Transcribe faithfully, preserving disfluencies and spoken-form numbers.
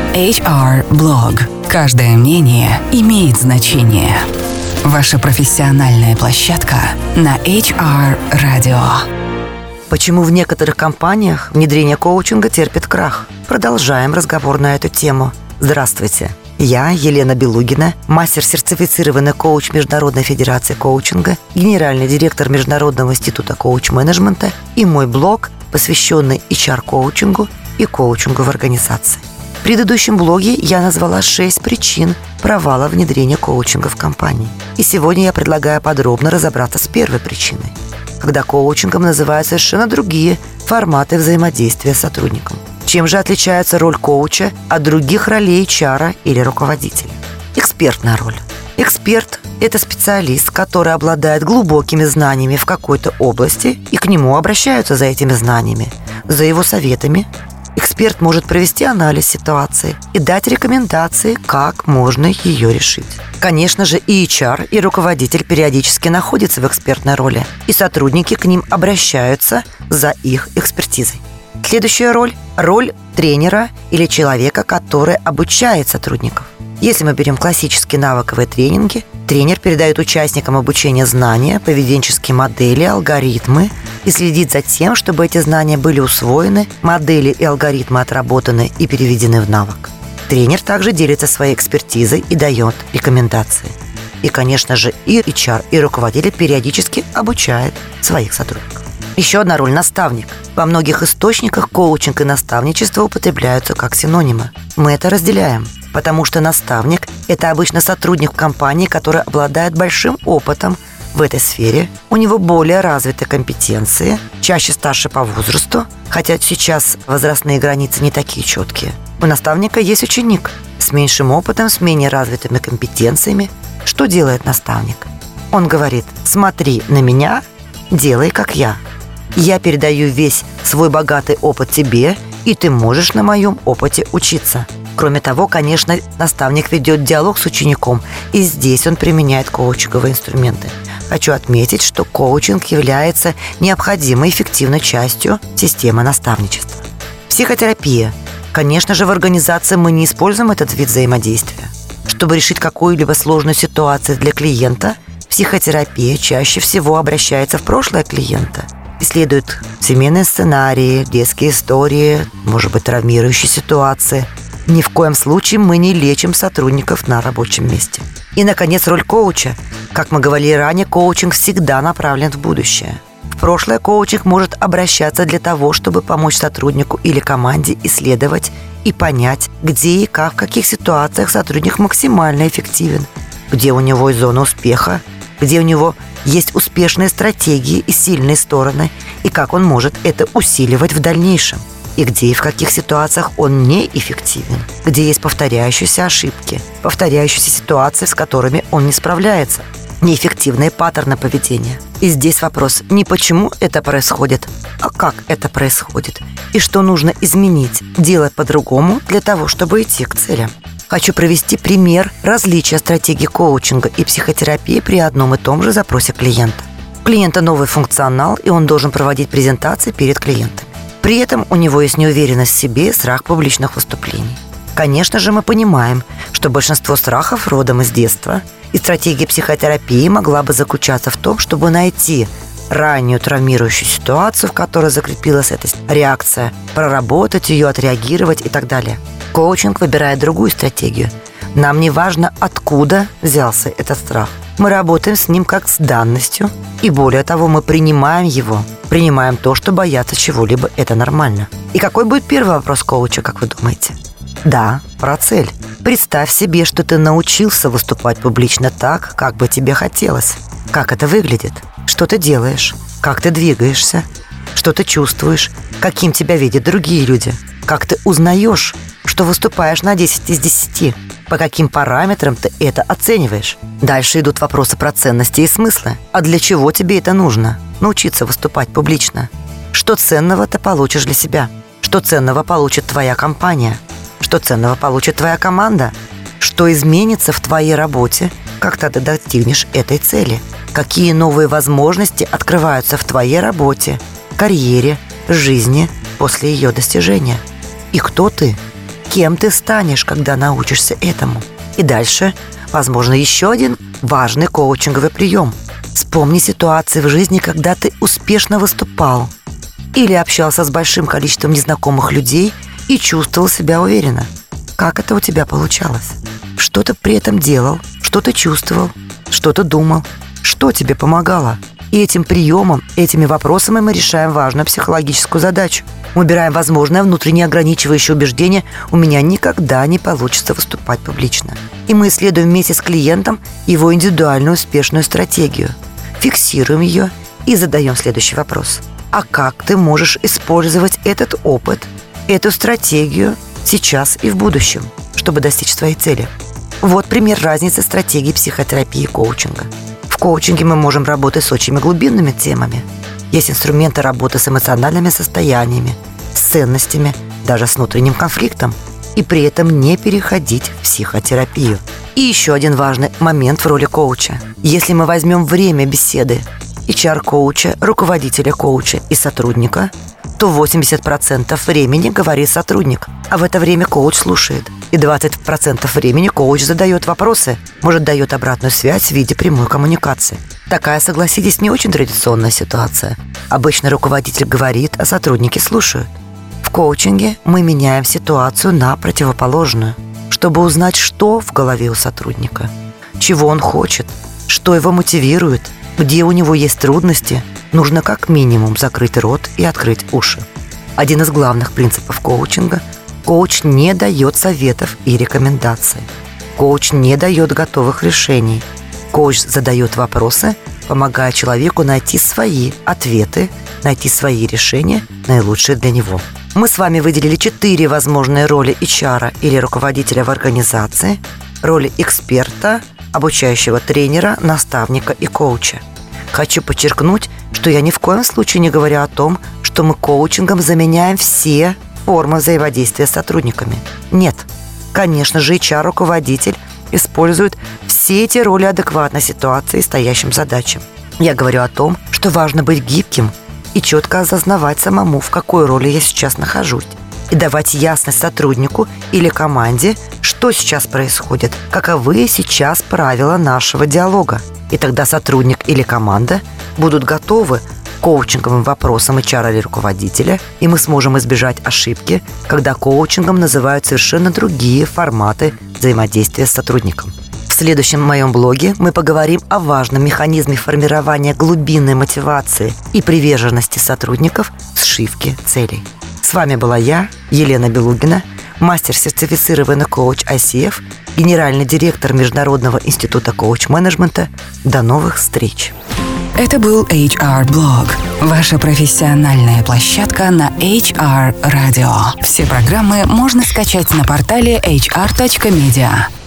эйч ар-блог. Каждое мнение имеет значение. Ваша профессиональная площадка на эйч ар-радио. Почему в некоторых компаниях внедрение коучинга терпит крах? Продолжаем разговор на эту тему. Здравствуйте. Я, Елена Белугина, мастер-сертифицированный коуч Международной федерации коучинга, генеральный директор Международного института коуч-менеджмента, и мой блог, посвященный эйч ар-коучингу и коучингу в организации. В предыдущем блоге я назвала шесть причин провала внедрения коучинга в компании. И сегодня я предлагаю подробно разобраться с первой причиной, когда коучингом называют совершенно другие форматы взаимодействия с сотрудником. Чем же отличается роль коуча от других ролей эйч ар или руководителя? Экспертная роль. Эксперт – это специалист, который обладает глубокими знаниями в какой-то области, и к нему обращаются за этими знаниями, за его советами. Эксперт может провести анализ ситуации и дать рекомендации, как можно ее решить. Конечно же, и эйч ар, и руководитель периодически находятся в экспертной роли, и сотрудники к ним обращаются за их экспертизой. Следующая роль – роль тренера или человека, который обучает сотрудников. Если мы берем классические навыковые тренинги, тренер передает участникам обучения знания, поведенческие модели, алгоритмы и следит за тем, чтобы эти знания были усвоены, модели и алгоритмы отработаны и переведены в навык. Тренер также делится своей экспертизой и дает рекомендации. И, конечно же, и эйч ар, и руководитель периодически обучают своих сотрудников. Еще одна роль – наставник. Во многих источниках коучинг и наставничество употребляются как синонимы. Мы это разделяем, потому что наставник – это обычно сотрудник в компании, который обладает большим опытом в этой сфере, у него более развиты компетенции, чаще старше по возрасту, хотя сейчас возрастные границы не такие четкие. У наставника есть ученик с меньшим опытом, с менее развитыми компетенциями. Что делает наставник? Он говорит: смотри на меня, делай как я. Я передаю весь свой богатый опыт тебе, и ты можешь на моем опыте учиться. Кроме того, конечно, наставник ведет диалог с учеником, и здесь он применяет коучинговые инструменты. Хочу отметить, что коучинг является необходимой эффективной частью системы наставничества. Психотерапия. Конечно же, в организации мы не используем этот вид взаимодействия. Чтобы решить какую-либо сложную ситуацию для клиента, психотерапия чаще всего обращается в прошлое клиента. Исследует семейные сценарии, детские истории, может быть, травмирующие ситуации. Ни в коем случае мы не лечим сотрудников на рабочем месте. И, наконец, роль коуча. Как мы говорили ранее, коучинг всегда направлен в будущее. В прошлое коучинг может обращаться для того, чтобы помочь сотруднику или команде исследовать и понять, где и как, в каких ситуациях сотрудник максимально эффективен, где у него есть зона успеха, где у него есть успешные стратегии и сильные стороны, и как он может это усиливать в дальнейшем, и где и в каких ситуациях он неэффективен, где есть повторяющиеся ошибки, повторяющиеся ситуации, с которыми он не справляется, неэффективные паттерны поведения. И здесь вопрос не почему это происходит, а как это происходит, и что нужно изменить, делать по-другому для того, чтобы идти к целям. Хочу привести пример различия стратегий коучинга и психотерапии при одном и том же запросе клиента. У клиента новый функционал, и он должен проводить презентации перед клиентами. При этом у него есть неуверенность в себе и страх публичных выступлений. Конечно же, мы понимаем, что большинство страхов родом из детства, и стратегия психотерапии могла бы заключаться в том, чтобы найти раннюю травмирующую ситуацию, в которой закрепилась эта реакция, проработать ее, отреагировать и так далее. Коучинг выбирает другую стратегию. Нам не важно, откуда взялся этот страх. Мы работаем с ним как с данностью, и более того, мы принимаем его. Принимаем то, что бояться чего-либо – это нормально. И какой будет первый вопрос коуча, как вы думаете? Да, про цель. Представь себе, что ты научился выступать публично так, как бы тебе хотелось. Как это выглядит? Что ты делаешь? Как ты двигаешься? Что ты чувствуешь? Каким тебя видят другие люди? Как ты узнаешь, что выступаешь на десять из десяти? По каким параметрам ты это оцениваешь? Дальше идут вопросы про ценности и смыслы. А для чего тебе это нужно? Научиться выступать публично. Что ценного ты получишь для себя? Что ценного получит твоя компания? Что ценного получит твоя команда? Что изменится в твоей работе, когда ты достигнешь этой цели? Какие новые возможности открываются в твоей работе, карьере, жизни после ее достижения? И кто ты? кем ты станешь, когда научишься этому. И дальше, возможно, еще один важный коучинговый прием. Вспомни ситуации в жизни, когда ты успешно выступал или общался с большим количеством незнакомых людей и чувствовал себя уверенно. Как это у тебя получалось? Что ты при этом делал? Что ты чувствовал? Что ты думал? Что тебе помогало? И этим приемом, этими вопросами мы решаем важную психологическую задачу. Мы убираем возможное внутреннее ограничивающее убеждение «у меня никогда не получится выступать публично». И мы исследуем вместе с клиентом его индивидуальную успешную стратегию, фиксируем ее и задаем следующий вопрос. А как ты можешь использовать этот опыт, эту стратегию сейчас и в будущем, чтобы достичь своей цели? Вот пример разницы стратегии психотерапии и коучинга. В коучинге мы можем работать с очень глубинными темами. Есть инструменты работы с эмоциональными состояниями, с ценностями, даже с внутренним конфликтом, и при этом не переходить в психотерапию. И еще один важный момент в роли коуча. Если мы возьмем время беседы эйч ар-коуча, руководителя коуча и сотрудника, то восемьдесят процентов времени говорит сотрудник, а в это время коуч слушает. И двадцать процентов времени коуч задает вопросы, может, дает обратную связь в виде прямой коммуникации. Такая, согласитесь, не очень традиционная ситуация. Обычно руководитель говорит, а сотрудники слушают. В коучинге мы меняем ситуацию на противоположную, чтобы узнать, что в голове у сотрудника, чего он хочет, что его мотивирует, где у него есть трудности. Нужно как минимум закрыть рот и открыть уши. Один из главных принципов коучинга – коуч не дает советов и рекомендаций. Коуч не дает готовых решений. Коуч задает вопросы, помогая человеку найти свои ответы, найти свои решения, наилучшие для него. Мы с вами выделили четыре возможные роли эйч ар или руководителя в организации, роли эксперта, обучающего тренера, наставника и коуча. Хочу подчеркнуть, что я ни в коем случае не говорю о том, что мы коучингом заменяем все формы взаимодействия с сотрудниками. Нет. Конечно же, эйч ар-руководитель использует все эти роли адекватно ситуации и стоящим задачам. Я говорю о том, что важно быть гибким и четко осознавать самому, в какой роли я сейчас нахожусь, и давать ясность сотруднику или команде, что сейчас происходит, каковы сейчас правила нашего диалога. И тогда сотрудник или команда будут готовы к коучинговым вопросам эйч ар или руководителя, и мы сможем избежать ошибки, когда коучингом называют совершенно другие форматы взаимодействия с сотрудником. В следующем моем блоге мы поговорим о важном механизме формирования глубинной мотивации и приверженности сотрудников в сшивке целей. С вами была я, Елена Белугина, мастер-сертифицированный коуч ай си эф, генеральный директор Международного института коуч-менеджмента. До новых встреч! Это был эйч ар-блог, ваша профессиональная площадка на эйч ар-радио. Все программы можно скачать на портале эйч ар точка медиа.